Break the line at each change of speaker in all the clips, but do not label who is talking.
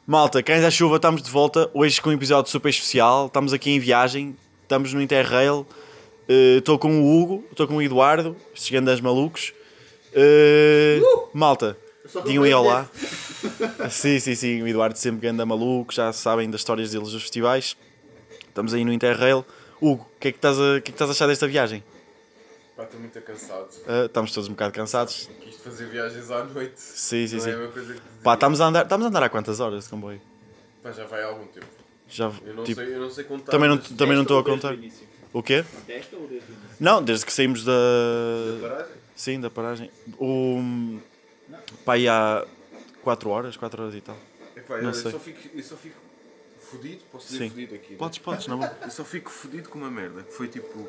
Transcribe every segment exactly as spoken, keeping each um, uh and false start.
Malta, cães à chuva, estamos de volta. Hoje com um episódio super especial. Estamos aqui em viagem, estamos no Interrail. Estou uh, com o Hugo, estou com o Eduardo, estes grandes malucos. Uh, uh! Malta, digam aí olá. Sim, sim, sim, o Eduardo sempre anda maluco, já sabem das histórias deles dos festivais. Estamos aí no Interrail. Hugo, o que é que estás a, que é que estás a achar desta viagem?
Pá, estou muito cansado.
Uh, estamos todos um bocado cansados.
Quis fazer viagens à noite.
Sim, sim,
não
sim.
É uma coisa que
Pá, estamos a andar, estamos a andar há quantas horas de comboio?
Pá, já vai há algum tempo.
Já,
Eu não,
tipo,
sei, eu não sei contar.
também não,
mas...
também não estou a contar. O quê?
Desta ou desde o início?
Não, desde que saímos da...
Da paragem?
Sim, da paragem. O... Pá, aí há quatro horas, quatro horas e tal.
Epá,
Não
eu,
sei.
só fico, eu só fico fodido, posso dizer
Sim.
fodido aqui.
Podes,
né?
podes, não é?
Eu só fico fodido com uma merda. Que foi tipo.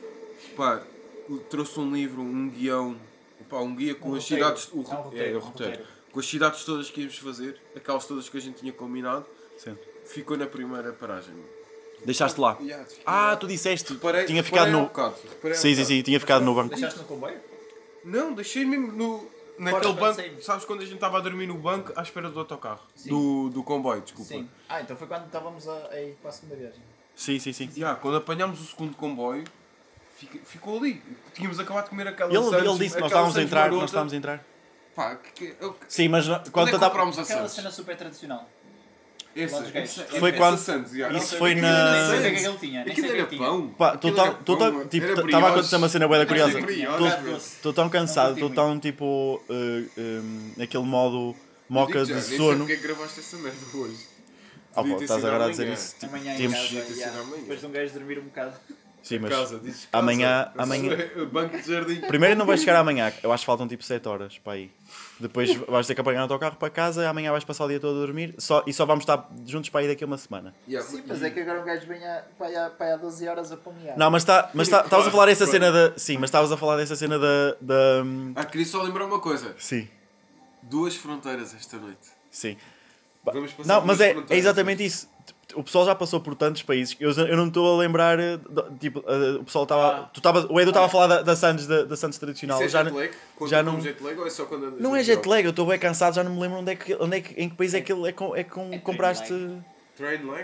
Pá, trouxe um livro, um guião. Pá, um guia com
Um
as
roteiro.
cidades. O,
É um roteiro,
é, o
um
roteiro.
roteiro.
Com as cidades todas que íamos fazer, aquelas todas que a gente tinha combinado,
Sim.
ficou na primeira paragem.
Deixaste lá.
Yeah, fiquei
Ah,
lá.
tu disseste.
Reparei-
Tinha
reparei
ficado
há um
no...
bocado, reparei há um
Sim, sim,
bocado.
sim, tinha ficado no banco.
Deixaste no comboio?
Não, deixei mesmo no, naquele
quando
banco.
saímos.
Sabes quando a gente estava a dormir no banco à espera do autocarro?
Sim.
Do, do comboio, desculpa.
Sim. Ah, então foi quando estávamos a, a ir para a segunda viagem.
Sim, sim, sim.
Yeah, quando apanhámos o segundo comboio, fica- ficou ali. Tínhamos acabado de comer aquela
Ele,
Santos-
ele disse, nós
aquela
estávamos a
Santos
entrar,
marota.
nós estávamos a entrar.
Pá, que, que, eu-
Sim, mas não-
quando
quando
é que
eu tava-
comprámos a
Aquela
Santos?
cena super tradicional.
Essa,
Lá dos gajos.
essa,
Foi
essa
quando-
Santos, yeah.
isso
Não sei,
foi
aquilo
na-
era
Nem sei o que é
Santos.
que ele tinha. Nem
Aquilo
sei o que
era
ele tinha.
pão.
Pá, tu
Aquilo
tá-
era
tu
pão,
tá- tipo,
era
estava a
brioche.
acontecer uma cena bué da curiosa.
Era brioche,
Era
meu.
doce.
Estou tão cansado,
Não
estou tão tipo... Uh, um, naquele modo moca
Digo
de
já, nem sei
sono.
porque é que gravaste essa merda hoje.
Ah,
Podia
pá,
ter
estás
sido
agora a
amanhã.
dizer isso. Tipo,
Amanhã em
temos...
casa,
Podia ter sido
yeah.
amanhã.
Depois de um gajo dormir um bocado.
Sim, mas...
Casa, dizes casa.
Amanhã- amanhã-
Banco de jardim.
Primeiro não vais chegar amanhã, eu acho que faltam tipo sete horas para aí. Depois vais ter que apanhar o teu carro para casa, amanhã vais passar o dia todo a dormir só, e só vamos estar juntos para aí daqui a uma semana.
Yeah,
Sim, mas é que agora um gajo vem a, para, aí, para aí há doze horas a pomear.
Não, mas tá, mas tá, estavas a falar dessa cena da. Sim, mas estavas a falar dessa cena da. da
Ah, queria só lembrar uma coisa.
sim,
Duas fronteiras esta noite.
sim.
Vamos passar
Não,
duas
mas é, é
fronteiras.
exatamente isso. O pessoal já passou por tantos países que eu, eu não estou a lembrar. eh, de- Tipo, eh, o pessoal estava.
Ah.
Tu estavas- o Edu estava a falar da, da Santos, da, da Santos tradicional.
Isso é
Já
jet
não-
lag? Conta
já
como
não-
jet lag ou é só quando andas
Não
no
é jet
jogo?
lag, eu estou bem cansado, já não me lembro onde é que, onde é que, em que país é que, ele, é, com, é com,
É train
compraste.
lag.
Train lag?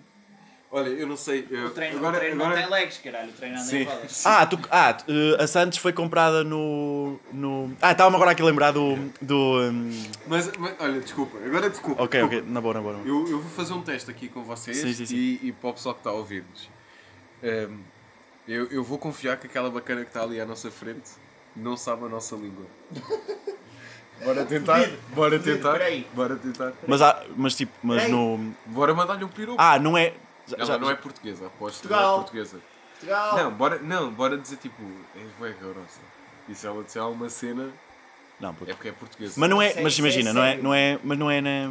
Olha, eu não sei. Eu,
O treino,
agora,
o treino não
agora...
tem legs, caralho. O treino anda
Sim.
em rodas.
Ah, tu, ah tu, eh, a Santos foi comprada no. no... Ah, estava-me agora aqui a lembrar do. do um...
Mas, mas, olha, desculpa. Agora desculpa.
Ok,
desculpa.
ok, na boa, na boa. Na boa.
Eu, eu vou fazer um teste aqui com vocês
Sim, sim, sim.
E, e para o pessoal que está a ouvir-nos. Ehm, eu, eu vou confiar que aquela bacana que está ali à nossa frente não sabe a nossa língua. Bora tentar?
Fudido,
Bora
fudido,
tentar?
peraí.
Bora tentar?
Mas, há, mas tipo, mas
Ei.
no.
Bora mandar-lhe um piropo.
Ah, não é. Já,
Ela
já-
não é portuguesa, aposto que não
Portugal.
é portuguesa.
Portugal.
Não, bora, não, bora dizer tipo, és bué grossa. E se ela disser alguma cena,
não, puto.
é porque é portuguesa.
Mas não é.
Isso é-
Mas
isso é
imagina, não é,
sério.
não é. Mas não é na.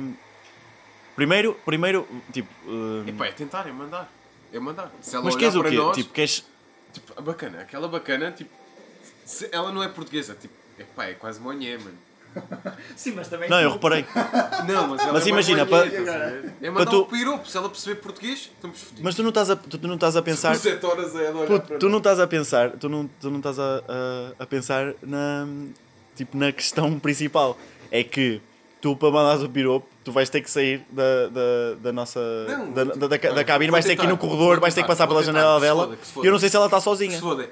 Primeiro, primeiro, tipo. hum,
Epá, é tentar, é mandar. É mandar. Se ela
mas
olhar
queres o
para
quê?
nós,
Tipo, queres.
tipo, a bacana, aquela bacana, tipo, se ela não é portuguesa, tipo, epá, é quase monhé, mano.
Sim, mas também.
Não, eu
tu-
reparei.
Não, mas ela
Mas
é
imagina,
mais
para-
monhé, estás a ver? É
para
mandar
tu-
um piropo, se ela perceber português, estamos fodidos.
Mas tu não estás a, tu, tu não estás a pensar.
São sete horas a ela olhar
Puto,
para
tu não
nós.
estás a pensar, tu não, tu não estás a, a, a pensar na, tipo, na questão principal. É que tu, para mandares o piropo, tu vais ter que sair da, da, da nossa
Não,
da, da, da,
olha,
da cabine,
vou
vais ter que ir no
tentar,
corredor,
vou
vais ter que
tentar,
passar
vou
pela
tentar,
janela
que se
dela.
foda, que se
E
foda.
eu não sei se ela está
Que
sozinha.
se foda.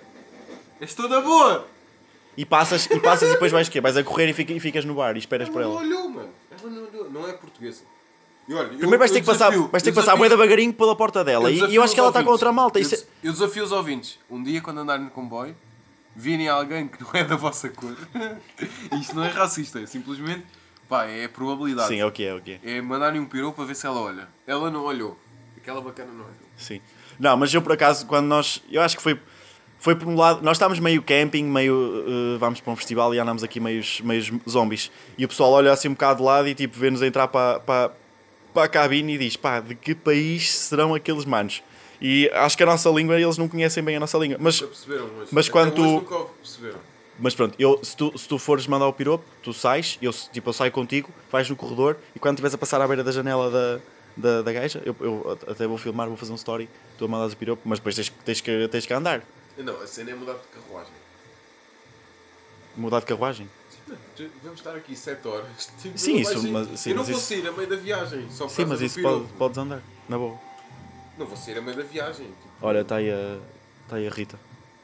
És toda boa!
E passas, e passas e depois vais o quê? Vais a correr e, fica, e ficas no bar e esperas
Ela
por
não
ela.
olhou, mano. Ela não olhou, não é portuguesa. E olha, eu-
Primeiro vais
eu
ter que passar,
desafio-
vais ter
eu
que passar bué
desafio-
devagarinho pela porta dela. E, e
desafio
eu acho que ela
os
está com
ouvintes.
outra malta.
Eu,
Isso é-
des- eu desafio os ouvintes. Um dia, quando andarem no comboio, virem alguém que não é da vossa cor. Isto não é racista, é simplesmente, pá, é probabilidade.
Sim, é o que é, é o que é.
É mandarem um piropo para ver se ela olha. Ela não olhou. Aquela bacana não olhou.
Sim. Não, mas eu por acaso, quando nós. Eu acho que foi. Foi por um lado. Nós estávamos meio camping, meio. eh, vamos para um festival e andámos aqui meios, meios zombies. E o pessoal olha assim um bocado de lado e tipo vê-nos entrar para, para, para a cabine e diz: pá, de que país serão aqueles manos? E acho que a nossa língua, eles não conhecem bem a nossa língua. Mas,
Já perceberam hoje?
mas
Até
quando tu-
hoje nunca perceberam.
mas pronto, eu, se, tu, se tu fores mandar o piropo, tu sais, eu, tipo, eu saio contigo, vais no corredor e quando estiveres a passar à beira da janela da, da, da gaja, eu, eu até vou filmar, vou fazer um story, tu a mandas o piropo, mas depois tens, tens, que, tens que andar.
Não, a cena é mudar de carruagem.
Mudar de carruagem.
Sim. Vamos estar aqui sete horas. Tipo,
Sim,
não
isso,
vai ser-
mas- sim,
eu não
mas
vou
isso-
sair a meio da viagem. Só por
Sim,
causa
mas
do
isso
piropo.
pode, podes andar, na boa.
Não vou sair a meio da viagem. Tipo.
Olha, está aí a, está aí a Rita.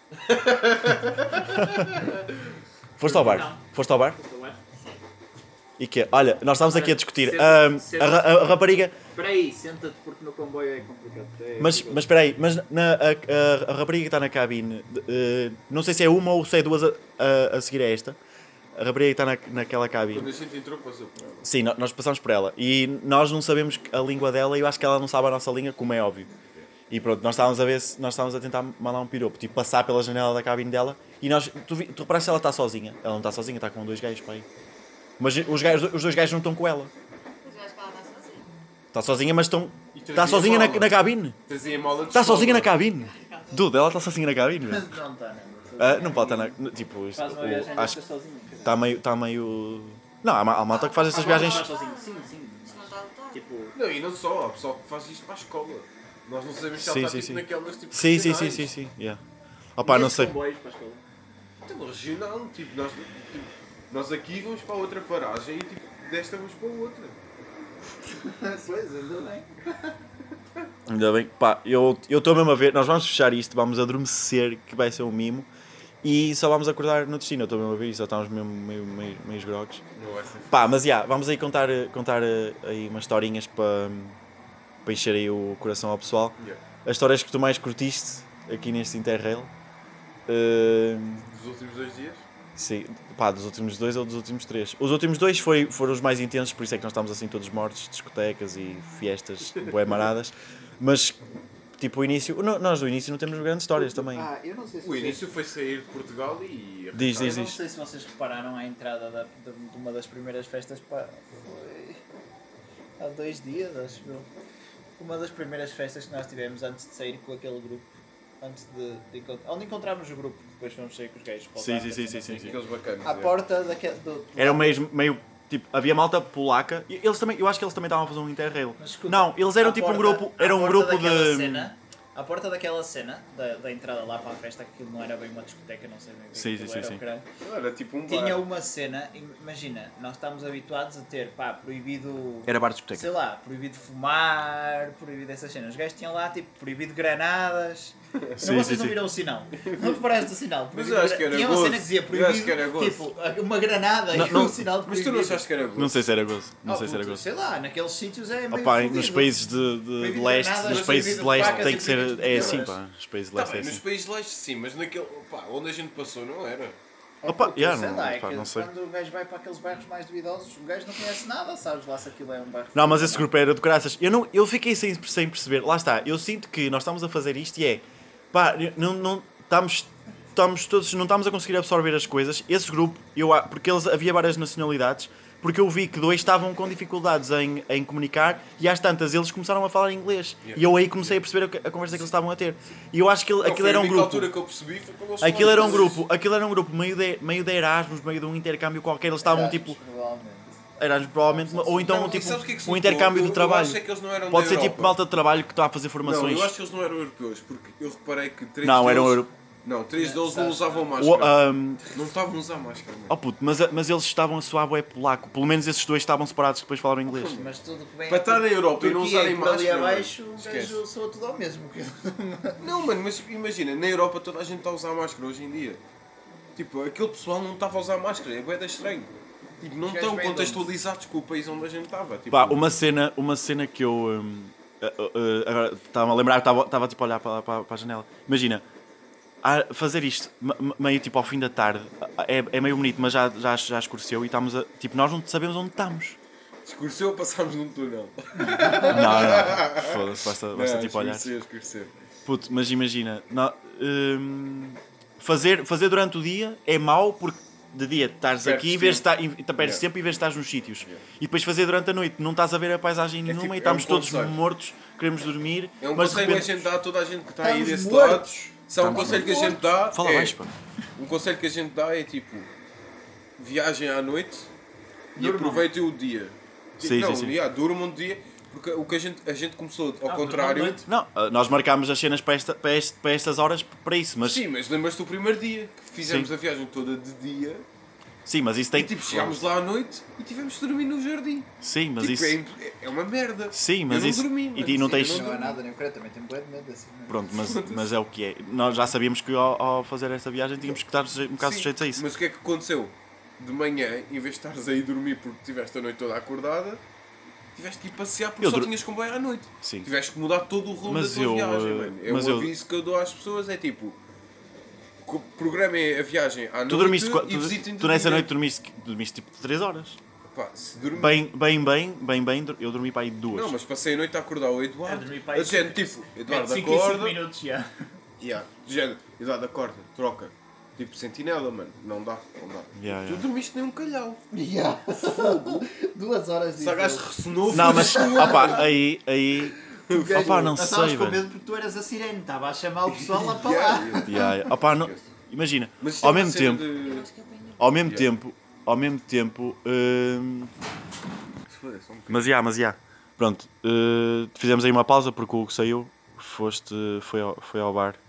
Foste ao bar?
Não.
Foste ao bar?
Estou bem?
E que Olha, nós estávamos aqui a discutir.
Senta-
Ahm,
senta-
a, ra- a rapariga.
Espera aí, senta-te porque no comboio é complicado. É
Mas,
perigoso.
mas espera aí, mas na, a, a, a rapariga que está na cabine, de- eh, não sei se é uma ou se é duas a, a, a seguir a esta. A rapariga que está na, naquela cabine.
Quando a gente entrou, passou por ela.
Sim, nó- nós passamos por ela. E nós não sabemos a língua dela e eu acho que ela não sabe a nossa língua, como é óbvio. E pronto, nós estávamos a ver se nós estávamos a tentar mandar um piropo, tipo passar pela janela da cabine dela. E nós, tu, vi- tu reparaste que ela está sozinha. Ela não está sozinha, está com dois gajos para aí. Mas os, gajos, os dois gajos não estão com ela.
Mas eu acho que ela está sozinha.
Está sozinha, mas estão.
E
Está
trazia
sozinha na,
mala.
na cabine.
Trazia mala de
Está
escola.
sozinha na cabine. Dude, ela está sozinha na cabine. meu.
Mas não está, não.
Ah, não pode estar na. Tipo, isto,
Faz uma
o-
viagem
acho
desta
que
sozinho.
está meio, está meio. Não, há, ma- há malta que faz estas viagens.
Faz sozinho, sim, sim.
Isto não está a lutar.
Tipo,
Não, e não só, há pessoal que faz isto para a escola. Nós não sabemos se ela
Sim,
está
sim,
tipo
sim.
naquelas tipo
Sim, sim, sim,
regionais.
sim, sim. Yeah. Opa, não
esses
sei.
comboios para a escola.
Então, regional, tipo, nós, tipo, nós aqui vamos para outra paragem e tipo, desta vamos para outra.
Pois, ainda bem.
Ainda bem. Pá, eu estou mesmo a ver. Nós vamos fechar isto, vamos adormecer, que vai ser um mimo. E só vamos acordar no destino. Eu estou mesmo a ver isso, só estamos mesmo meio, meio, meio grogues.
Não vai ser.
Pá, mas já, vamos aí contar, contar eh, aí umas historinhas para, para encher aí o coração ao pessoal.
Yeah.
As histórias que tu mais curtiste aqui neste Interrail. Eh,
Dos últimos dois dias?
sim, pá, dos últimos dois ou dos últimos três. Os últimos dois foi, foram os mais intensos, por isso é que nós estamos assim todos mortos, discotecas e fiestas bué maradas. Mas, tipo, o início... no- Nós do início não temos grandes histórias também.
Ah, eu não sei se
O
vocês-
início foi sair de Portugal e.
Diz,
Eu
diz,
não
diz.
sei se vocês repararam à entrada da, de, de uma das primeiras festas. Pá, foi há dois dias, acho eu. Uma das primeiras festas que nós tivemos antes de sair com aquele grupo. Antes de, de encontrar. Onde encontramos o grupo, que depois fomos sair com os gajos. para o
Sim,
bar,
sim, sim,
assim,
sim,
não sei
sim,
o quê.
Aqueles bacanas.
À
é.
porta daquele. Do, do
Era meio, meio, tipo, havia malta polaca. E eles também, eu acho que eles também estavam a fazer um Interrail.
Mas escuta,
Não, eles eram
à
tipo um
porta-
grupo,
à
era um
porta
grupo
daquela
de...
Cena, à porta daquela cena, da, da entrada lá para a festa, que aquilo não era bem uma discoteca, não sei bem o que
Sim,
aquilo
sim,
era,
sim,
o caralho.
Era tipo um bar.
Tinha uma cena, imagina, nós estamos habituados a ter, pá, proibido,
Era bar de discoteca.
sei lá, proibido fumar, proibido essas cenas. Os gajos tinham lá, tipo, proibido granadas.
Sim,
não,
sim,
vocês não
sim.
viram o sinal. Não reparaste o sinal.
Mas
Proibido
eu acho
gra-
que era
Tinha uma
gozo.
cena que dizia
Eu
proibido,
acho que era gozo.
tipo, uma granada
Não,
e
não-
um sinal de
Mas tu
proibido.
não achaste que era gozo?
Não sei se era gozo. Não
Oh,
sei se era
puto,
gozo.
sei lá, naqueles sítios é meio
Opa,
fodido.
nos países de, de, de
Proibido
leste,
granadas,
nos países de
proibido
leste
facas
tem
e
que ser,
proibido
é assim
pistolas.
pá, nos países de
Tá
leste é
bem, nos
assim.
países de leste sim, mas naquele. Pá, onde a gente passou não era.
Oh,
Opa,
puto,
yeah,
sei
não,
lá, é
pá,
que
não sei.
quando o gajo vai para aqueles bairros mais duvidosos, o gajo não conhece nada, sabes lá se aquilo é um bairro.
Não, mas esse grupo era de graças. Eu, não, eu fiquei sem, sem perceber. Lá está, eu sinto que nós estamos a fazer isto e é... Pá, não, não, estamos, estamos todos, não estamos a conseguir absorver as coisas. Esse grupo, eu, a- porque eles, havia várias nacionalidades, porque eu vi que dois estavam com dificuldades em, em comunicar e às tantas eles começaram a falar inglês.
Yeah.
E eu aí comecei a perceber a, a conversa que eles estavam a ter. E eu acho que ele-
Não,
aquilo
foi
era
a
um
única
grupo...
altura que eu percebi foi quando eles
Aquilo era um
falaram
grupo, aquilo era um grupo meio de, meio de Erasmus, meio de um intercâmbio qualquer. Eles estavam tipo...
Provavelmente.
Erasmus provavelmente, ou então
Não, e
tipo
sabes o que é que se
um
notou?
intercâmbio
Eu-
de
eu
trabalho.
acho é que eles não eram
Pode
da
ser
Europa.
tipo malta de trabalho que está a fazer
Não,
formações.
eu acho que eles não eram europeus, porque eu reparei que três
Não,
deles...
eram euro-
Não, três deles não
sabes,
usavam
O-
máscara.
um,
Não estavam a usar máscara. mano.
oh puto, mas, mas eles estavam a suar bué polaco. Pelo menos esses dois estavam separados que depois falaram inglês.
Mas tudo que vem
Para estar na Europa e não
Turquia
usarem
por ali
máscara,
abaixo,
mano.
o
Esquece.
gajo soa tudo ao mesmo.
Não, mano, mas imagina, na Europa toda a gente está a usar máscara hoje em dia. Tipo, aquele pessoal não estava a usar máscara, é bué da estranho. Tipo, não
Os gajos
estão
vêm de
contextualizados com o país onde a gente estava. Tipo,
Pá, uma cena, uma cena que eu. hum, uh, uh, agora estava a lembrar, estava, estava tipo a olhar para, para, para a janela. Imagina, ah, fazer isto me- me- meio tipo ao fim da tarde é, é meio bonito, mas já, já, já escureceu e estamos a. Tipo, nós não sabemos onde estamos.
escureceu, passámos num túnel.
Não, não. Foda-se, basta, basta
Não,
tipo olhar.
escureceu, escureceu.
Puto, mas imagina, nó- hum, fazer, fazer durante o dia é mau porque de dia estás
Perdes
aqui e vês
tempo.
estar, e, perdes
Yeah.
tempo e vês estás nos sítios.
Yeah.
E depois fazer durante a noite, não estás a ver a paisagem nenhuma
tipo-
e
é
estamos
um
todos
conselho.
mortos, queremos dormir.
É um
mas de
conselho que a
repente-
gente dá a toda a gente que está aí
Estamos
desse
mortos.
lado. Se há um
Estamos
conselho que a gente dá.
Fala
é,
baixo, pá.
Um conselho que a gente dá é tipo: viagem à noite e
Durmam.
aproveitem o dia. Tipo,
Sim,
não,
sim, sim.
yeah, durmam de dia, porque o que a gente, a gente começou ao
Ah,
contrário.
durmam de noite.
Não, ah, nós marcámos as cenas para, esta, para, este- para estas horas para isso, mas
Sim, mas lembras-te do primeiro dia que fizemos
Sim.
a viagem toda de dia.
Sim, mas isso
E
tem...
tipo, chegámos lá à noite e tivemos de dormir no jardim.
Sim, mas
tipo,
isso...
é, imp- é uma merda.
Sim, mas
eu não
isso...
dormi,
e
mano.
ti não
Sim, eu
tens...
Não é nada, nem o credo, também tenho bué de medo assim.
Pronto, mas, mas é o que é. Nós já sabíamos que ao, ao fazer esta viagem tínhamos que estar suje- um bocado
Sim,
sujeitos a isso.
Mas o que é que aconteceu? De manhã, em vez de estares aí a dormir porque tiveste a noite toda acordada, tiveste que ir passear porque
Eu
só
dur-
tinhas comboio à noite.
Sim.
Tiveste que mudar todo o rumo
Mas
da tua
eu,
viagem,
eh,
mano. É
mas
um
eu-
aviso que eu dou às pessoas, é tipo... co- Programem a viagem à noite
Tu dormiste... qua-
e
Tu,
visitem
tu
de
nessa
dia.
noite dormiste, dormiste tipo três horas.
Pá, se dormir...
Bem, bem, bem, bem, bem, dur- eu dormi para aí duas.
Não, mas passei a noite a acordar o Eduardo.
Eu dormi para aí
A gente, tipo, Eduardo
cinco em cinco
acorda.
minutos já.
Yeah. Género, Eduardo acorda, troca. Tipo, sentinela, mano. Não dá, não dá.
Yeah,
Tu
yeah.
dormiste nem um calhau.
Yeah. Duas horas de
Sagaz ressonou.
Não, mas opá, aí, aí...
gajo-
Opá, não
Nós estávamos
sei,
com
velho.
medo porque tu eras a sirene, estava a chamar o pessoal lá para lá.
Yeah, yeah.
Yeah, yeah. Opá, não... Imagina,
Mas isto é
ao
uma
mesmo
cena
tempo,
de-
Acho que apanhou.
ao mesmo
Yeah.
tempo, ao mesmo tempo... hum,
Foda-se, só um bocadinho.
Mas já, mas já. Pronto, eh, fizemos aí uma pausa porque o Hugo saiu, foste, foi ao, foi ao bar.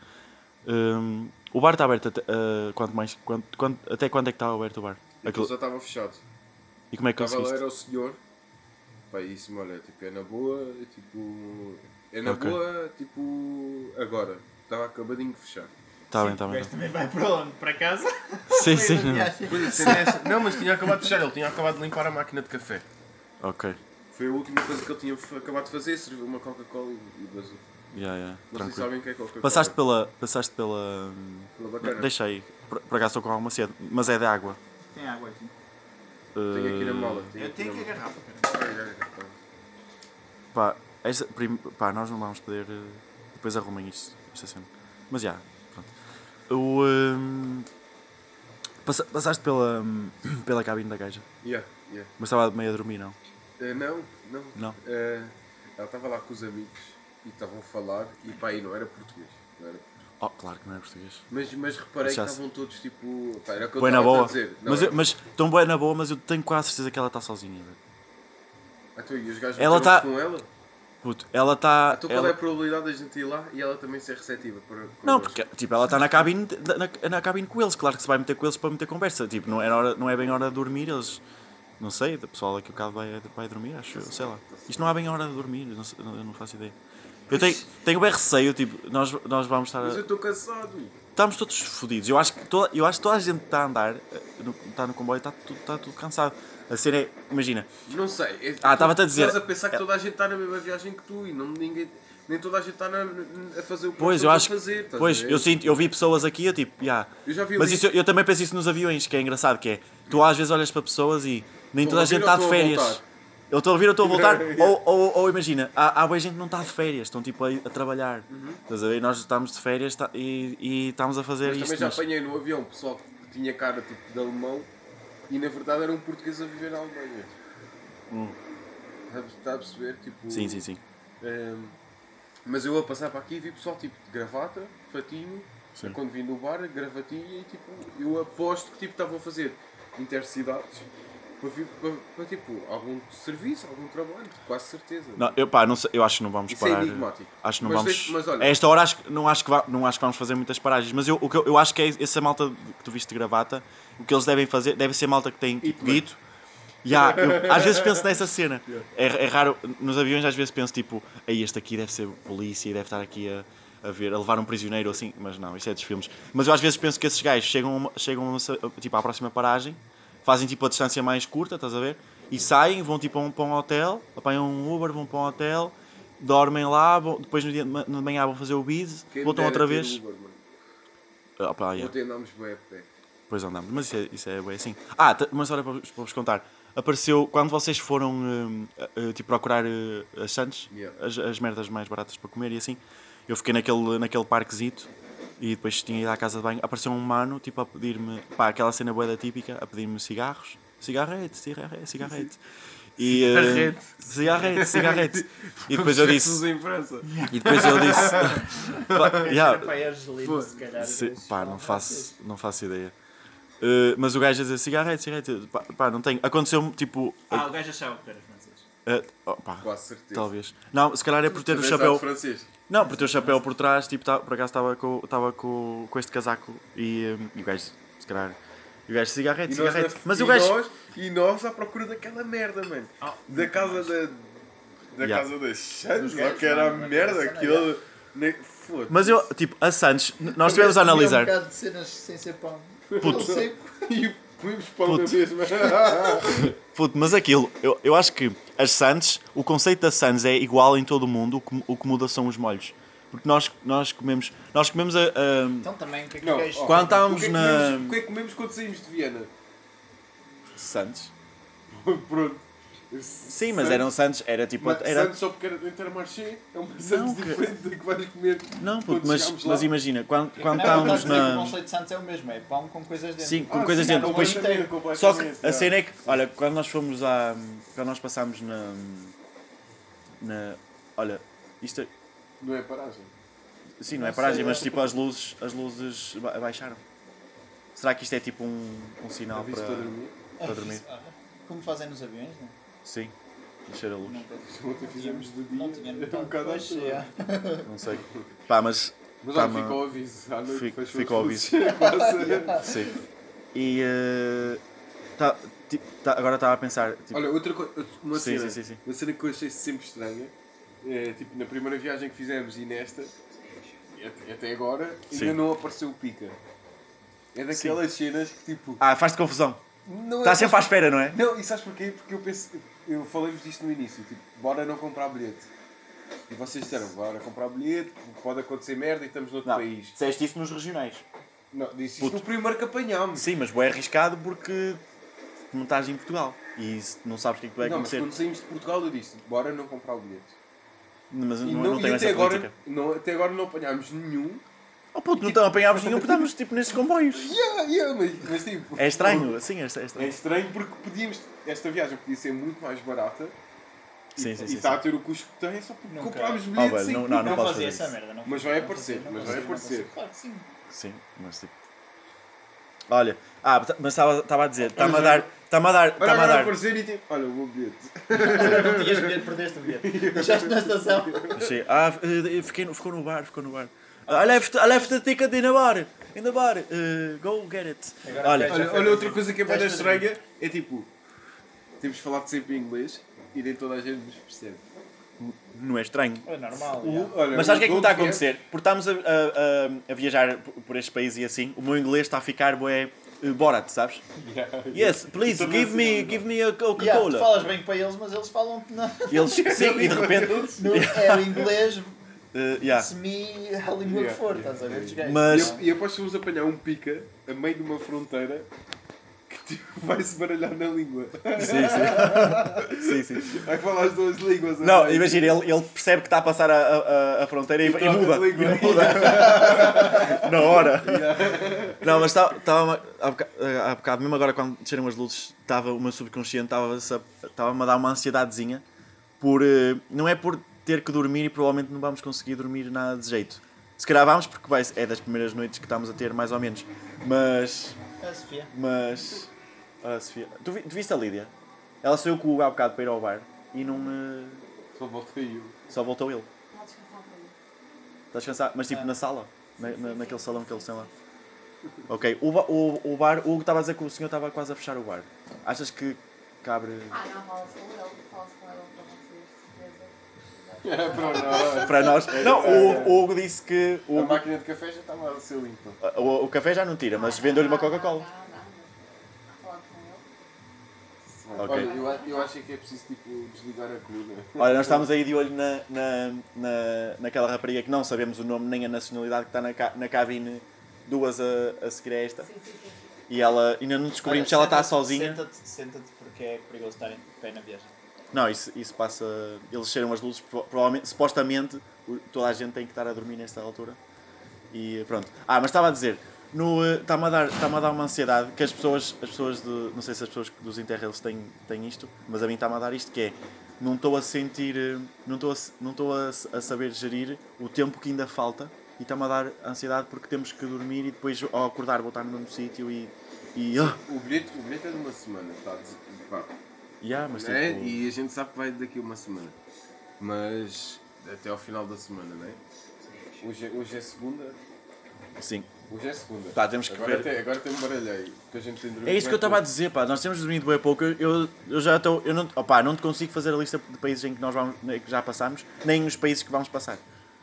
Hum, o bar está aberto até, eh, quanto mais, quanto, quanto, até quando é que está aberto o bar?
Aquilo
Aquilo-
já estava fechado.
e como é que
Estava lá,
conseguiste?
era o senhor. Pá, isso, olha, tipo, é na boa, é tipo... É na
Ok.
boa, tipo... Agora. Estava acabadinho de fechar.
Está bem, está
O
bem.
gajo também vai para onde? Para casa?
Sim, sim.
Meio da viagem.
Pois, a cena é essa. Não, mas tinha acabado de fechar. Ele tinha acabado de limpar a máquina de café.
Ok,
Foi a última coisa que ele tinha f- acabado de fazer. Serviu uma Coca-Cola e e vazou.
já, já,
Não sei se
tranquilo.
sabem o que é Coca-Cola.
Passaste pela, passaste pela... hum,
Pela bacana.
Deixa aí, por, por acaso estou com alguma sede, mas é de água.
Tem água aqui.
Tenho aqui na
Eh,
mala.
Eu tenho
aqui
aqui a
na
garrafa, cara.
mala. É, é, é, é.
Pá, esta, prim, pá, nós não vamos poder. eh, Depois arrumem isto, esta cena. Mas já, pronto. O, hum, passa- passaste pela, hum, pela cabine da gaja,
Yeah, yeah.
mas estava meio a dormir, não?
Eh, não, não.
Não.
Eh, ela estava lá com os amigos e estavam a falar e pá, aí não era português. Não era português.
Oh, claro que não é português.
Mas, mas reparei
Já
que
sei.
estavam todos tipo. Pá, era o que eu
Boa na
estava a
boa.
dizer. Não,
Mas,
era-
eu, mas tão boa na boa, mas eu tenho quase certeza que ela está sozinha. velho.
Ah, então, e os gajos
Ela
meteram-se
tá-
com ela?
Puto, ela está.
Então qual é a probabilidade da gente ir lá e ela também ser receptiva? Para,
Não,
connosco?
porque tipo, ela está na cabine, na, na cabine com eles. Claro que se vai meter com eles para meter conversa. Tipo, não é, hora, não é bem hora de dormir. Eles, não sei, o pessoal aqui o bocado vai, vai dormir, acho eu, sei lá. Isto não há bem hora de dormir, não sei, eu não faço ideia. Eu tenho, tenho bem receio, tipo, nós, nós vamos estar.
Mas eu
A,
estou cansado.
estamos todos fodidos. Eu acho que toda, eu acho que toda a gente que está a andar, eh, no, está no comboio, está tudo, está tudo cansado. A cena é, imagina,
Não sei. é-
Ah,
tu-
estava-te a dizer-
Estás a pensar que toda a gente está na mesma viagem que tu e não, ninguém, nem toda a gente está na- a fazer o que
pois
nós
eu
estamos
acho
a fazer. estás
pois
a ver?
eu sinto, eu vi pessoas aqui, eu tipo, yeah.
Eu já vi
Mas
ali-
isso, eu também penso isso nos aviões, que é engraçado, que é, tu às vezes olhas para pessoas e nem
Estou
toda
a
a gente
ouvir ou
está de
estou a
férias.
voltar?
Eu estou a ouvir ou estou a voltar,
Yeah.
ou, ou, ou imagina, há, há boa gente que não está de férias, estão tipo a, a trabalhar.
Uhum.
Estás a ver? Nós estamos de férias tá- e, e estamos a fazer
Mas
isto.
também já
mas-
apanhei no avião pessoal que tinha cara tipo de alemão e na verdade era um português a viver na Alemanha.
Hum.
Está a- Está a perceber? Tipo,
Sim, sim, sim.
ehm, mas eu a passar para aqui vi pessoal tipo de gravata, fatinho,
Sim.
quando vim no bar, gravatinha e tipo, eu aposto que tipo estavam a fazer intercidades para, vir- para, para tipo algum serviço, algum trabalho, quase certeza.
Não, eu, pá, não sei, eu acho que não vamos
Isso é
parar.
enigmático.
Acho que não
Mas
vamos.
deixa- mas olha-
a esta hora acho, que- não, acho que va- não acho que vamos fazer muitas paragens. Mas eu, o que eu, eu acho que é essa malta que tu viste de gravata, o que eles devem fazer, deve ser malta que tem tipo
Hitler.
guito. Ya, eu, às vezes penso nessa cena. É, é raro, nos aviões às vezes penso tipo, aí este aqui deve ser polícia e deve estar aqui a, a ver, a levar um prisioneiro ou assim, mas não, isso é dos filmes. Mas eu às vezes penso que esses gajos chegam, a uma- chegam a uma- tipo, à próxima paragem, fazem tipo a distância mais curta, estás a ver? E saem, vão tipo a um, para um hotel, apanham um Uber, vão para um hotel, dormem lá, vão- depois no dia de ma- de manhã vão fazer o bid,
Quem me
voltam
dera
outra
ter
vez.
Uber, mano.
Ah, pá, yeah.
Ontem andámos bem a pé.
Pois andamos, mas isso é, isso é bem assim. Ah, t- uma história para vos, para vos contar. Apareceu, quando vocês foram hum, uh, uh, tipo, procurar uh, as Santos,
Yeah.
as, as merdas mais baratas para comer e assim, eu fiquei naquele, naquele parquezito e depois tinha ido à casa de banho. Apareceu um mano tipo, a pedir-me, pá, aquela cena boeda típica, a pedir-me cigarros, cigarrete, cigarrete, cigarrete. E, uh,
Cigarrete.
cigarrete, cigarrete. E depois eu disse,
em França.
e depois eu disse, pá, yeah,
Pai Argelino, se calhar.
se-
dois.
pá, não faço, não faço ideia. Uh, mas o gajo a dizer cigarrete, cigarrete, pá, pá, não tenho. Aconteceu-me tipo.
Ah, o gajo achava que era francês.
uh, oh, pá,
Quase certeza.
talvez. Não, se calhar é por ter o
Também
chapéu.
sabe francês.
Não, por ter o chapéu por trás, tipo, tá, por acaso estava com, estava com, com este casaco e, um, e o gajo, se calhar, E o gajo, cigarrete,
E nós,
cigarrete.
na-
Mas
e
o gajo...
nós, e nós à procura daquela merda, mano. Da casa da. Da
Yeah.
casa das Santos,
Dos
ou
gajos,
que era a
não, na
merda,
cena,
aquilo. Ne- Foda-se.
Mas eu, tipo, a Santos, nós estivemos a
Comia
analisar.
um bocado de cenas sem ser pão.
Puto.
Pão seco.
E comemos pão na
Puto.
mesma.
Puto, mas aquilo, eu, eu acho que as Santos, o conceito da Santos é igual em todo o mundo, o que, o que muda são os molhos. Porque nós, nós comemos, nós comemos a, a-
Então também, o que é que
Não,
os gajos...
ó,
Quando
o
estávamos
que é que
na-
comemos- O que é que comemos quando saímos de Viena?
Santos.
Pronto.
Sim, mas eram Santos, era tipo,
Mas
era...
Santos só porque era do Intermarché, é uma Santos
que-
diferente da que vais comer.
Não, puto,
quando
mas,
chegámos lá.
mas imagina, quando, quando
Não,
estávamos
estás a dizer que
na...
O conceito de Santos é o mesmo, é pão com coisas dentro.
Sim, com
Ah,
coisas
sim,
dentro. Depois,
completamente,
só que
completamente,
a
é.
cena é que, olha, quando nós fomos à... Quando nós passámos na... na olha, isto é...
Não é paragem.
Sim, não é
Não
paragem,
sei,
mas
é
tipo as luzes, as luzes ba- baixaram. Será que isto é tipo um, um sinal
Aviso
para...
para dormir.
para dormir?
Ah, Como fazem nos aviões, não?
Sim, encher a luz.
Não teve-
Ontem fizemos de dia.
Não tinha
é um
notado.
bocado
Pois,
à toa.
é.
Não sei. Pá, mas...
Mas
Tá,
olha,
mas-
fica ao aviso. À noite
Fica-
fechou
fica
as
ao
luzes. Quase.
Sim. E... eh, tá, ti- tá- agora estava a pensar... Tipo,
Olha, outra coisa, uma
sim,
cena,
sim, sim, sim.
uma cena que eu achei sempre estranha, é, tipo, na primeira viagem que fizemos e nesta, e até- até agora, ainda
Sim.
não apareceu o pica. É daquelas cenas que tipo...
Ah, faz-te confusão.
Não
Estás
é-
sempre à espera, não é?
Não, e sabes porquê? Porque eu penso, eu falei-vos disto no início, tipo, bora não comprar bilhete. E vocês disseram, bora comprar bilhete, pode acontecer merda e estamos noutro
Não,
país.
disseste isso nos regionais.
Não, disse isto
Puto.
no primeiro que apanhámos.
Sim, mas é arriscado porque não estás em Portugal e se não sabes o que é que vai
Não, mas
acontecer.
quando saímos de Portugal eu disse, bora não comprar o bilhete.
Mas
E
não,
não,
não
e
tenho
até,
essa
agora,
política.
não, até agora não apanhámos nenhum.
Oh puto, não apanhámos nenhum porque estamos tipo nestes comboios.
Yeah, yeah, mas, mas tipo...
É estranho, assim, é é
É
estranho.
estranho porque podíamos... Esta viagem podia ser muito mais barata.
Sim,
e,
sim,
e
sim.
está
sim.
a ter o custo que tem só porque
Nunca.
comprámos
Oh,
bilhete
velho,
sem
não-
custo.
não, não
Não
podes
fazia
fazer
essa
isso.
merda. Não
Mas
fazia,
vai
não
aparecer,
fazia, não
mas vai
fazia, não
aparecer.
fazia. Claro que sim.
Sim, mas tipo. Olha, ah, mas estava estava a dizer, está-me a dar, está-me a dar,
Olha
está-me a
agora
dar.
aparecer e tipo... Olha o meu bilhete.
Não tinhas bilhete, perdeste o bilhete. Deixaste na estação.
Achei, ah, eh, fiquei, no- ficou no bar, ficou no bar. I left, I left the ticket in the bar, in the bar. Uh, go get it.
Agora
Olha,
Já
Olha,
foi
olha outra
dormir.
coisa que é bem
Já foi
estranha. É tipo... Temos falado sempre em inglês e nem toda a gente nos percebe.
não é estranho.
É normal.
O-
já.
olha,
Mas sabes o que é que me está a
onde vier-
acontecer? Porque estamos a, a, a, a viajar por- por este país e assim, o meu inglês está a ficar bué uh, Borat, sabes? Yes, please,
Eu também
give me,
assim,
give me a
Yeah, tu
Coca-Cola.
falas bem para eles, mas eles falam que não.
E eles, sim, e de repente,
No, é o inglês
uh, yeah.
semi-Hollywood
Yeah,
for,
yeah,
estás a ver? Os
yeah.
gajos.
Mas-
E eu- E após vamos apanhar um pica a meio de uma fronteira que tipo, vai se baralhar na língua.
Sim, sim. sim, sim.
Vai falar as duas línguas.
Não,
a meio.
imagina, ele, ele percebe que está a passar a, a, a fronteira e, e
troca de
muda.
língua.
E muda. Na hora. Não, mas estava há boca- há bocado, mesmo agora quando desceram as luzes, estava o meu subconsciente estava-me a dar uma ansiedadezinha. Por, eh, não é por ter que dormir e provavelmente não vamos conseguir dormir nada de jeito. Se calhar vamos porque vai, é das primeiras noites que estamos a ter, mais ou menos. Mas.
A Sofia.
Mas. A Sofia. Tu, vi- tu viste a Lídia? Ela saiu com o Hugo há bocado para ir ao bar e não. eh,
Só voltei eu.
só voltou ele.
Está a descansar por aí.
Está a descansar, mas tipo
Ah.
na sala, na, na- naquele salão que eles têm lá. Ok, o, ba- o, o bar, o Hugo estava a dizer que o senhor estava quase a fechar o bar. Achas que cabe
Ah, não, fala-se com ele, fala-se com ele para vocês, certeza.
É para nós.
para nós? Não, o, o Hugo disse que o,
A
Hugo-
máquina de café já estava a ser limpa.
o, o café já não tira, mas vendeu-lhe uma Coca-Cola.
Não, não, não. Falar com ele.
Ok.
Olha, eu, a- eu acho que é preciso tipo, desligar a coluna.
Olha, nós estamos aí de olho na, na, na, naquela rapariga que não sabemos o nome nem a nacionalidade que está na, ca- na cabine, duas a, a seguir a esta.
Sim, sim, sim.
E ela, ainda não descobrimos
Olha,
se ela está
senta-te-
sozinha.
Senta-te, senta-te porque é perigoso estar em pé na viagem.
Não, isso, isso passa. Eles cheiram as luzes, pro- provavelmente, supostamente, o- toda a gente tem que estar a dormir nesta altura. E pronto. Ah, mas estava a dizer, no, eh, está-me a dar, está-me a dar uma ansiedade que as pessoas, as pessoas de, não sei se as pessoas dos Interrails têm, têm isto, mas a mim está-me a dar isto que é, não estou a sentir, eh, não estou a, se- não estou a, se- a saber gerir o tempo que ainda falta e está-me a dar ansiedade porque temos que dormir e depois ao acordar voltar no mesmo sítio e. e ah,
O bilhete, o bilhete é de uma semana, está a dizer. Pá,
yeah, mas tipo,
né? E a gente sabe que vai daqui a uma semana. Mas até ao final da semana, não é? Hoje, é- hoje é segunda.
Sim.
Hoje é segunda.
Pá, temos que
agora
ver.
Tem, agora tem um baralhei. Que a gente tem dormido
É isso que eu
bem
estava a
pouco.
dizer, pá. Nós temos dormido bem pouco. Eu, eu já estou. Eu não, opá, não te consigo fazer a lista de países em que nós vamos, que já passamos, nem os países que vamos passar.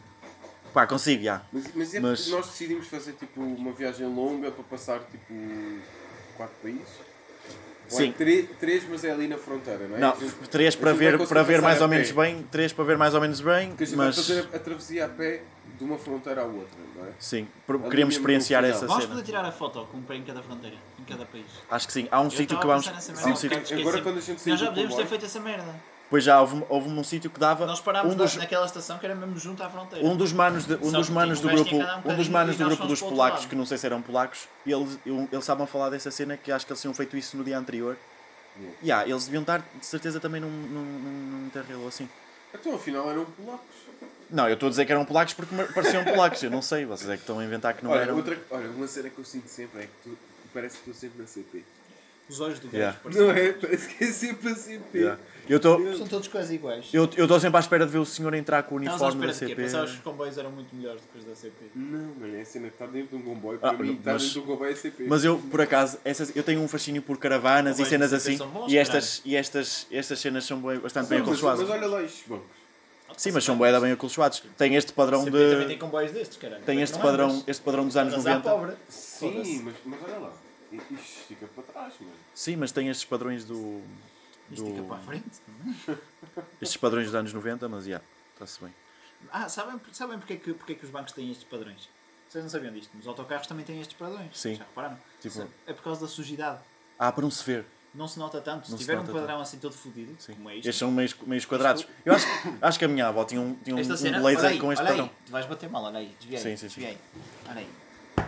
Pá, consigo, já.
Mas, mas é
Mas-
porque nós decidimos fazer tipo uma viagem longa para passar tipo quatro países? Ou
Sim.
É três, três, mas é ali na fronteira, não é?
Não,
A gente-
três
a
para
gente vai
ver,
conseguir
para ver
passar
mais
a
ou
pé.
menos bem, três para ver mais ou menos bem,
Porque a gente
mas
vai fazer a, a travessia a pé de uma fronteira à outra, não é?
sim, por-
Ali
queremos
mesmo
experienciar
no
essa
final.
Vamos
cena.
poder tirar a foto com um pé em cada fronteira, em cada país.
Acho que sim. Há um
Eu
sítio
estava
que
a
vamos.
pensar nessa
Há
merda,
um
um
sítio-
bocado,
Agora
esqueci-me.
quando a gente sair
Nós já
do
podíamos ter
comboio-
feito essa merda.
Pois já houve, houve um sítio que dava.
Nós parámos
um dos,
na- naquela estação que era mesmo junto à fronteira.
um dos manos, de, um
Só
dos
que,
manos
tipo,
do
o gajo
grupo,
tinha que andar um
um dos
bocadinho
manos
e
do
nós
grupo
fomos
dos
para o outro
polacos,
lado.
que não sei se eram polacos, eles, eu- eles estavam a falar dessa cena que acho que eles tinham feito isso no dia anterior.
Yeah.
Yeah, eles deviam estar de certeza também num, num, num, num Interrail ou assim.
Então afinal eram polacos.
Não, eu estou a dizer que eram polacos porque me pareciam polacos, eu não sei, vocês é que estão a inventar que não
olha,
eram.
outra, olha, uma cena que eu sinto sempre é que tu parece que estou sempre na C P.
Os olhos do gajo.
Yeah.
parecem-
Não é? Parece que é sempre a C P.
Yeah. Eu estou
São todos quase iguais.
eu eu estou sempre à espera de ver o senhor entrar com o
Estavas à
uniforme
espera
da
de quê?
C P.
Pensavas que os comboios eram muito melhores depois da C P.
Não, mas é a cena que está dentro de um comboio.
Ah,
Para mim, estar
mas-
dentro de um comboio é C P.
Mas eu, por acaso, essas, eu tenho um fascínio por caravanas e
Comboios
cenas
da C P
assim,
são bons,
e estas, e estas, estas cenas são bem, bastante bem
Não, mas,
acolchoadas.
mas olha lá estes bancos.
Sim, mas são bem, bem acolchoados. Tem este padrão
C P também tem
de...
comboios destes, caralho.
Tem
Mas
este
não
padrão,
andas.
este padrão dos anos
Andas à
noventa.
pobre.
Sim,
Foda-se.
mas, mas olha lá. Isto estica para trás, mano.
Sim, mas tem estes padrões do...
Isto fica para a
do
frente também.
estes padrões dos anos noventa, mas, já, está-se bem.
Ah, sabem, sabem porque, é que, porque é que os bancos têm estes padrões? Vocês não sabiam disto? Nos autocarros também têm estes padrões.
Sim.
Já repararam?
Tipo-
É por causa da sujidade.
Ah, para não se ver.
Não se nota tanto. Se
Não se
tiver um
nota
padrão assim todo fodido,
Sim.
como é isto.
Estes são meios, meios quadrados. Eu acho, acho que a minha avó tinha um, tinha um,
Esta
um
cena, olha
blazer
aí,
com este
olha
padrão.
aí. Tu vais bater mal, olha aí. Desvia aí.
Sim, sim,
desvia aí. Olha aí.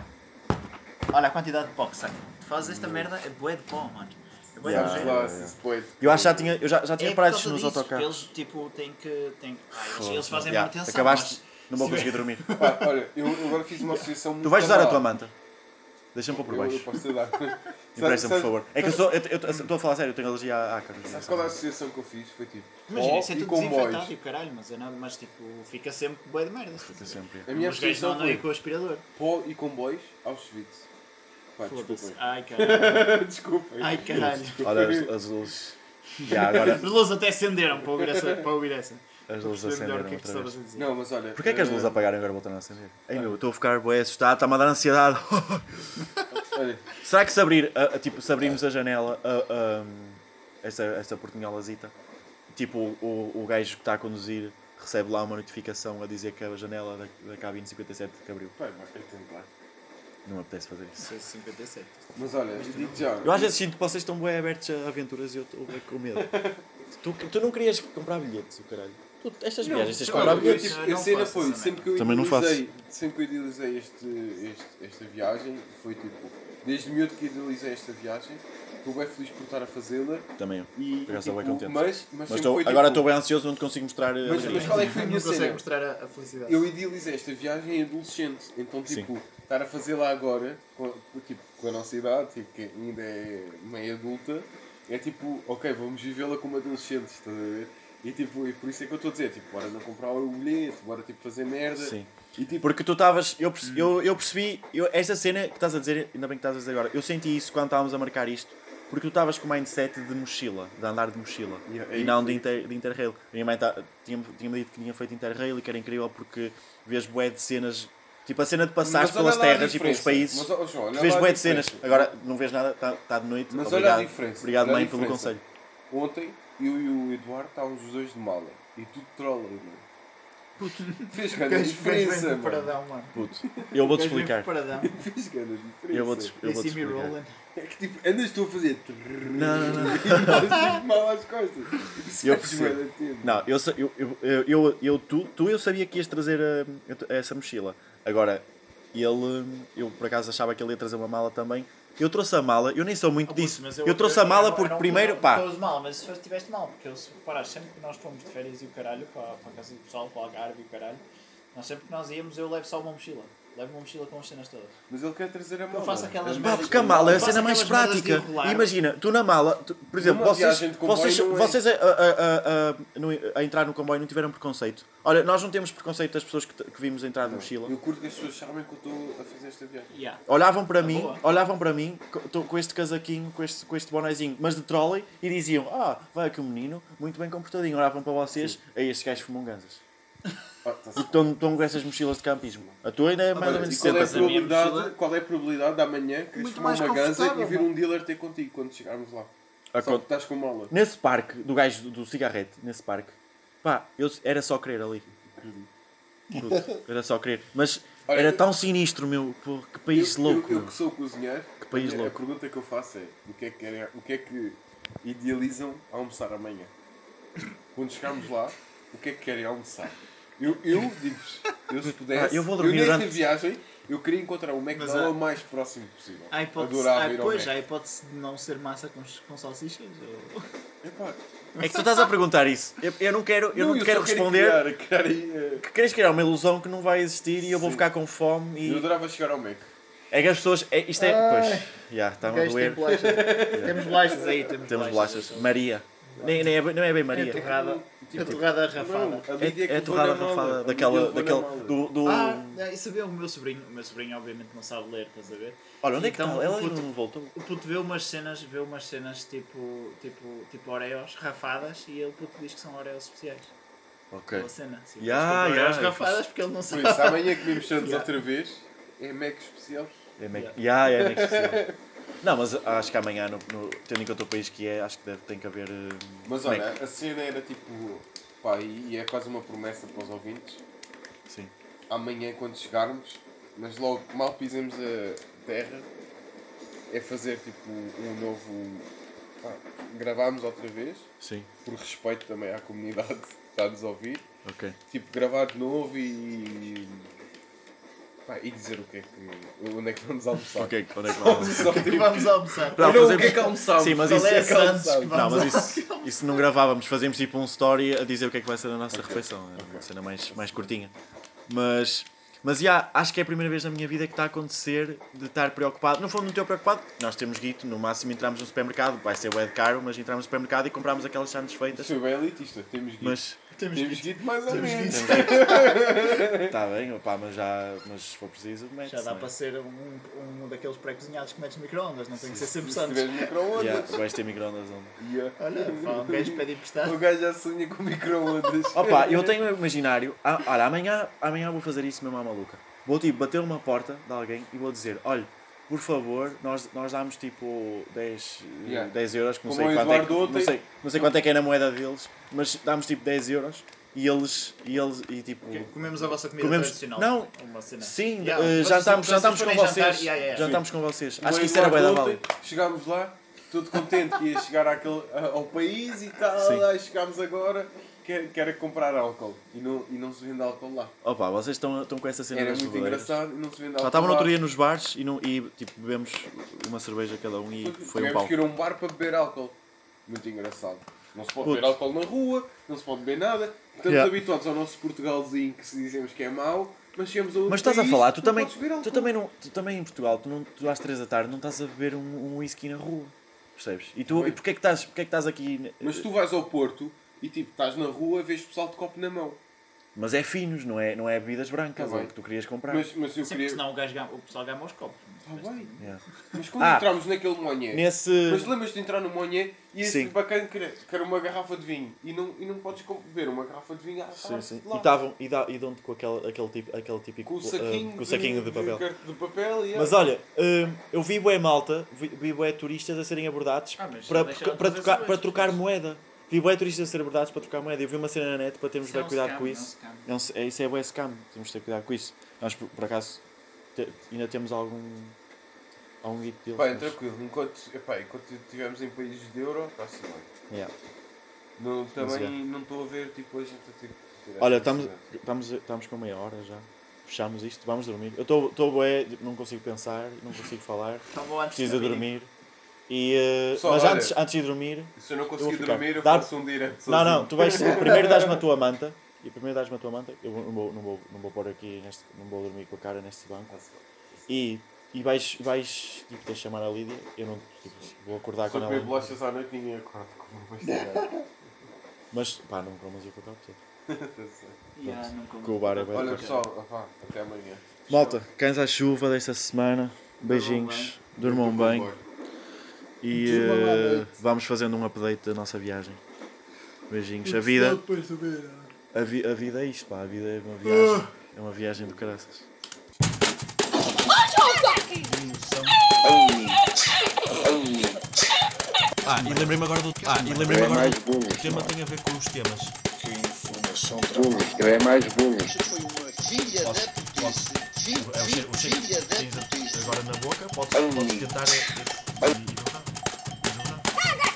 Olha a quantidade de pó que sai. Tu fazes esta merda, é bué de pó, mano. É bué
Yeah.
de
Vamos
yeah,
lá,
yeah.
se se pode.
Eu acho que já tinha, eu já, já tinha
É por
parado
causa
nos
disso, porque
autocarros.
eles tipo têm que. Têm... Ah, eles,
Foda-se,
eles fazem
já,
manutenção.
acabaste,
mas
não vou
se
conseguir
tiver-
dormir.
Pá, olha, eu agora fiz uma associação muito
Tu vais usar a
má.
tua manta? Deixa-me pôr por
Eu, eu
baixo.
posso te dar.
Empresta-me, por
Sabe-
favor. É que eu sou, eu eu- eu estou a falar sério, eu tenho alergia a ácaros.
Sabes qual é a associação que eu fiz? Foi tipo.
Imagina,
pó
isso é
e
tudo
comboios.
desinfetado e o caralho, mas, é nada, mas tipo, fica sempre bué de merda.
Fica sempre.
A minha
Os gajos não
associação
andam aí
foi
com o aspirador.
pó e comboios Auschwitz. Pá,
Foda-se.
desculpem.
Ai caralho.
Desculpem.
Ai caralho.
Olha as, as luzes. Já, agora
As luzes até acenderam para ouvir essa. Para ouvir essa.
as
Para
luzes
perceber melhor o
acenderam
que é que
outra vez.
estavas a dizer.
Não, mas olha.
Porquê é que as luzes
eh,
apagaram e agora voltaram a acender? Ei meu, eu estou a ficar bué assustado, está-me a dar ansiedade.
Olha,
Será que se abrir, a- a- tipo, se abrirmos a janela, a, a, esta, esta portinholazita, tipo, o, o gajo que está a conduzir recebe lá uma notificação a dizer que a janela da, da cabine cinquenta e sete que abriu.
pá, vai tentar.
Não me apetece fazer isso.
cinquenta e sete.
Mas olha, eu digo já.
Eu às vezes sinto que vocês estão bem abertos a aventuras e eu estou bem com medo. tu, tu não querias comprar bilhetes, o caralho. Tu, estas
Não,
viagens tens de
olha,
comprar
eu,
bilhetes.
tipo,
Eu
a
não
cena
faço
foi,
essa
sempre que eu
Também não faço.
idealizei, sempre que eu idealizei este, este, esta viagem, foi tipo, desde miúdo que idealizei esta viagem, estou bem feliz por estar a fazê-la.
Também eu.
E,
Por acaso estou bem
tipo,
contente.
mas, mas,
Mas
sempre
estou,
foi,
agora
tipo,
estou bem ansioso, não te consigo mostrar. a
Mas,
alegria.
mas qual é que foi a
Não
minha
consegue
cena?
mostrar a, a felicidade.
Eu idealizei esta viagem adolescente, então tipo, estar a fazê-la agora, com, tipo, com a nossa idade, tipo, que ainda é meio adulta, é tipo, ok, vamos vivê-la como adolescentes, estás a ver? E tipo, e por isso é que eu estou a dizer, tipo, bora não comprar o bilhete, bora tipo fazer merda.
Sim.
E tipo,
Porque tu estavas. Eu, perce- eu, eu percebi. Eu, esta cena que estás a dizer, ainda bem que estás a dizer agora, eu senti isso quando estávamos a marcar isto. Porque tu estavas com o mindset de mochila, de andar de mochila.
Yeah,
E
é
não
isso.
de, inter, de interrail. A minha mãe tá, tinha-me tinha dito que tinha feito interrail e que era incrível porque vês bué de cenas. Tipo a cena de passares
mas olha
pelas
lá a
terras e pelos
diferença.
países.
Mas, ó, João, olha
Tu vês
lá a
bué de cenas.
diferença.
Agora não vês nada, está tá de noite.
Mas
Obrigado,
olha a diferença.
obrigado
olha a
mãe pelo
diferença.
conselho.
Ontem, eu e o Eduardo estávamos os dois de mala. E tu de troller, mano. Fez grande
Gajo- gajo
diferença,
bem
mano.
preparadão, mano.
Puto, eu vou-te
Gajo bem
explicar.
preparadão.
Fez grande diferença.
Eu vou-te eu
They
vou
see me
explicar.
rolling.
É que tipo, andas tu a fazer.
Não, não, não.
E estás tipo mal às costas. Isso
Eu
faz
percebo.
bué de tempo.
Não, eu, sa- eu, eu, eu, eu, eu- tu, tu eu sabia que ias trazer a- essa mochila. Agora, ele, eu por acaso achava que ele ia trazer uma mala também. Eu trouxe a mala, eu nem sou muito
Oh, puto,
disso.
mas
Eu, trouxe a mala porque
não-
primeiro,
não
pá,
estou mal, mas se foste- tiveste mal, porque eu, se reparares, sempre que nós fomos de férias e o caralho, para, para a casa do pessoal, para o Algarve e o caralho, nós sempre que nós íamos eu levo só uma mochila. Levo uma mochila com as cenas todas.
Mas ele quer trazer a mala.
Eu faço aquelas
As
Pá,
merdas-
porque a mala é a
Faço
cena mais
aquelas merdas de
prática.
enrolar.
Imagina, tu na mala, tu- por exemplo,
Numa
vocês,
viagem de comboio
vocês,
não é.
vocês a, a- a- a- no- a entrar no comboio não tiveram preconceito. Olha, nós não temos preconceito das pessoas que, te- que vimos entrar de mochila.
Eu curto que as pessoas sabem que eu estou a fazer esta viagem.
Yeah.
Olhavam para
Tá
mim,
boa.
olhavam para mim co- tô com este casaquinho, com este, com este bonezinho, mas de trolley, e diziam: ah, vai aqui um menino, muito bem comportadinho. Olhavam para vocês, aí estes gajos fumam ganzas.
Ah, tá
E estão, estão com essas mochilas de campismo. A tua ainda é mais ou
Olha,
menos
e qual é, a
sessenta.
minha
probabilidade,
mochila-
qual é a probabilidade de amanhã queres
Muito
fumar
mais
uma ganza e
confortável,
vir
mano.
um dealer ter contigo quando chegarmos lá?
A
Só
con-
que estás com mala.
Nesse parque, do gajo do, do cigarrete, nesse parque, pá, eu, era só querer ali. Puto, era só querer. Mas
Olha,
era
eu-
tão sinistro, meu. Pô, que país
eu,
louco.
Eu, eu
meu.
que sou cozinheiro,
Que país
a, minha-
louco.
a pergunta que eu faço é o que é que, querem, o que, é que idealizam a almoçar amanhã? Quando chegarmos lá, o que é que querem almoçar? Eu, eu digo-vos, eu se pudesse,
Ah, eu vou dormir
nesta
durante-
viagem, eu queria encontrar o
Mas,
McDonald's
ah,
o mais próximo possível.
Há hipótese,
Adorava
há,
ir ao
pois,
Mac.
há hipótese de não ser massa com, com salsichas? Ou...
Epá,
É que tu estás a perguntar isso. Eu, eu não quero, eu não, te
eu
quero
só quero
responder.
Criar, criar aí, eh,
Que queres criar uma ilusão que não vai existir e eu vou
Sim.
ficar com fome.
eu
E
adorava chegar ao Mac.
é que as pessoas. É, isto é.
Ai.
Pois, já, está-me a
Gajo tem
doer.
bolachas. Temos bolachas aí, temos,
Temos bolachas. Maria. Nem, nem é, bem- não é bem Maria.
É torrada, é torrada rafada.
a Lídia
É, é
que levou na
torrada
mala.
rafada
A Lídia
daquela.
levou na
daquela
mala.
do, do...
Ah, é, isso vê o meu sobrinho. O meu sobrinho obviamente não sabe ler, estás a ver?
Olha, onde é que
Então,
está? Ela
o puto-
não voltou.
O puto vê umas cenas, vê umas cenas tipo, tipo, tipo Oreos rafadas e ele puto diz que são Oreos especiais.
Ok.
Aquela cena. Assim,
Ya,
yeah, Oreos
ya,
rafadas porque ele não
Por
sabe.
isso, amanhã comemos Santos
Yeah.
outra vez. É Mac especial.
É Mac.
Yeah.
Ya, é Mac especial. Não, mas acho que amanhã, no, no, tendo em conta o país que é, acho que deve, tem que haver. eh,
Mas
Mac.
olha, a cena era tipo. Pá, e e é quase uma promessa para os ouvintes.
Sim.
Amanhã, quando chegarmos, mas logo mal pisemos a terra, é fazer tipo um novo. Pá, gravarmos outra vez,
Sim.
por respeito também à comunidade que está a nos ouvir.
Ok.
Tipo, gravar de novo e. Pá, e dizer o que é que. Onde é que vamos almoçar.
Ok, onde é que vamos?
Só tipo,
Vamos almoçar.
Não,
não,
fazemos-
o que é que almoçámos?
Sim, mas
Qual
isso
é
é.
a Santos que
Não,
vamos
mas isso, isso não gravávamos, fazíamos tipo um story a dizer o que é que vai ser a nossa refeição. Era uma cena mais, mais curtinha. Mas, mas já, acho que é a primeira vez na minha vida que está a acontecer de estar preocupado. No fundo, não estou preocupado. Nós temos guito, no máximo entramos no supermercado, vai ser bué de caro, mas entramos no supermercado e compramos aquelas sandes feitas.
Foi bem elitista, temos guito.
Mas
Temos
Temos guito mais ou menos.
está bem, opá, mas já, mas se for preciso, mete-se,
Já dá
não é?
para ser um, um daqueles pré-cozinhados que metes no micro-ondas, não tem que ser sempre
Se
Santos.
tiveres micro-ondas.
Yeah, vais ter micro-ondas onde?
Yeah.
Olha, pá, um gajo pede emprestado.
O gajo já sonha com micro-ondas.
Opa, eu tenho um imaginário. Ah, olha, amanhã, amanhã vou fazer isso mesmo à maluca. Vou tipo bater uma porta de alguém e vou dizer: olha, por favor, nós, nós damos tipo dez, eh,
Yeah.
dez euros, que não
Como
sei,
o
quanto é,
Eduardo
que- não,
ontem.
sei, não sei quanto é que é na moeda deles, mas damos tipo dez euros e eles. E eles e tipo.
Comemos a vossa comida
Comemos-
tradicional.
não.
Uma cena.
Sim,
Yeah,
eh,
vocês
já
não-
estamos, já
vocês
estamos com
forem jantar,
vocês.
yeah, yeah.
Já
Sim.
estamos com vocês.
O
Acho que isso era bué da
Eduardo
válido.
ontem, chegámos lá, todo contente que ia chegar àquele, ao país e tal.
Sim.
Aí chegámos agora, que, que era comprar álcool. E não, e não se vende álcool lá.
Opa, vocês estão, estão com essa cena
Era
das
muito
rodeiras.
engraçado e não se vende álcool.
Já estava no
lá.
outro dia nos bares e, não, e tipo, bebemos uma cerveja cada um e foi um
Tivemos
pau.
que ir a um bar para beber álcool. Muito engraçado. Não se pode
Puto.
beber álcool na rua, não se pode beber nada. Estamos
Yeah.
habituados ao nosso Portugalzinho que se dizemos que é mau, mas chegamos a outro
Mas estás a
país,
falar, tu
não
também,
podes beber álcool.
tu também não, tu também em Portugal, tu, não, tu às três da tarde não estás a beber um, um whisky na rua, percebes? E tu,
Bem.
e porquê é que estás, porquê é que estás aqui?
Mas tu vais ao Porto e tipo, estás na rua, vês pessoal de copo na mão.
Mas é finos, não é, não é bebidas brancas,
Tá
é
bem.
o que tu querias comprar.
Mas, mas eu
Sim, porque
queria.
senão o, gajo gama, o pessoal gama aos copos.
Tá bem.
Yeah.
Mas quando
Ah.
entramos naquele Monhé,
Nesse...
mas lembras-te de entrar no Monhé e esse
Sim.
bacana quer, quer uma garrafa de vinho e não, e não podes com- beber uma garrafa de vinho à
Sim,
parte
sim.
de lá.
E estavam e, dá- e dão-te com aquele, aquele, tipo, aquele típico
Com o saquinho,
uh, com o saquinho de, papel.
De, de papel e
Mas olha, uh, eu vi bué malta, vi, vi bué turistas a serem abordados
Ah, mas
para,
deixaram
para,
de fazer
trocar,
cerveja.
para trocar moeda. Vi bué turistas a ser abordados para trocar moeda. Eu vi uma cena na net para termos
Isso é
bem
um
cuidado
scam,
com
é um
isso.
scam.
É um, é, isso é bué scam, temos de ter cuidado com isso. Nós, por, por acaso, te- ainda temos algum algum guito deles.
Bem,
mas-
tranquilo, enquanto, epá, enquanto estivermos em países de euro, está-se bem.
Yeah.
Não,
Mas,
também não estou a ver tipo, a gente a ter ter essa
Olha, estamos,
necessidade.
estamos, estamos com meia hora já. Fechamos isto, vamos dormir. Eu estou bué, não consigo pensar, não consigo falar.
Tá bom, antes
Preciso de
de
dormir. E, uh,
Pessoal,
mas
olha,
antes, antes de dormir,
Se eu não
vou
conseguir
ficar.
dormir, eu
Dá-
faço um direto
não, não,
sozinho.
tu vais primeiro dás-me a tua manta E primeiro dás-me a tua manta, eu vou- não vou, não vou, não vou pôr aqui, neste, não vou dormir com a cara neste banco. E, e vais, vais tipo, tens de chamar a Lídia, eu não, tipo, vou acordar
Se
com
eu
ela.
comer bolachas à noite, ninguém acorda como uma estragada.
Mas, pá, não comas o cacau todo.
Yeah, não como.
Com o bar é bem.
Olha pessoal, vá, até amanhã.
Malta, cães à chuva desta semana. Beijinhos, durmam bem. E
Durmam à
eh,
noite.
vamos fazendo um update da nossa viagem. Beijinhos. A vida, a, vi, a vida é isto, pá. A vida é uma viagem. É uma viagem do caraças.
Ah, e lembrei-me agora do. Ah, e lembrei-me agora do. O tema tem a ver com os temas.
Bolos, que é mais bolos.
Posso, posso, é o cheiro, o cheiro que tens agora na boca, podes, podes tentar. E, e não dá. E não dá.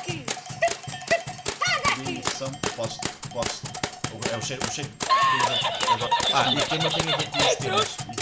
São, podes, podes. É o cheiro, o cheiro que tens agora. Ah, e o tema tem a ver com os temas.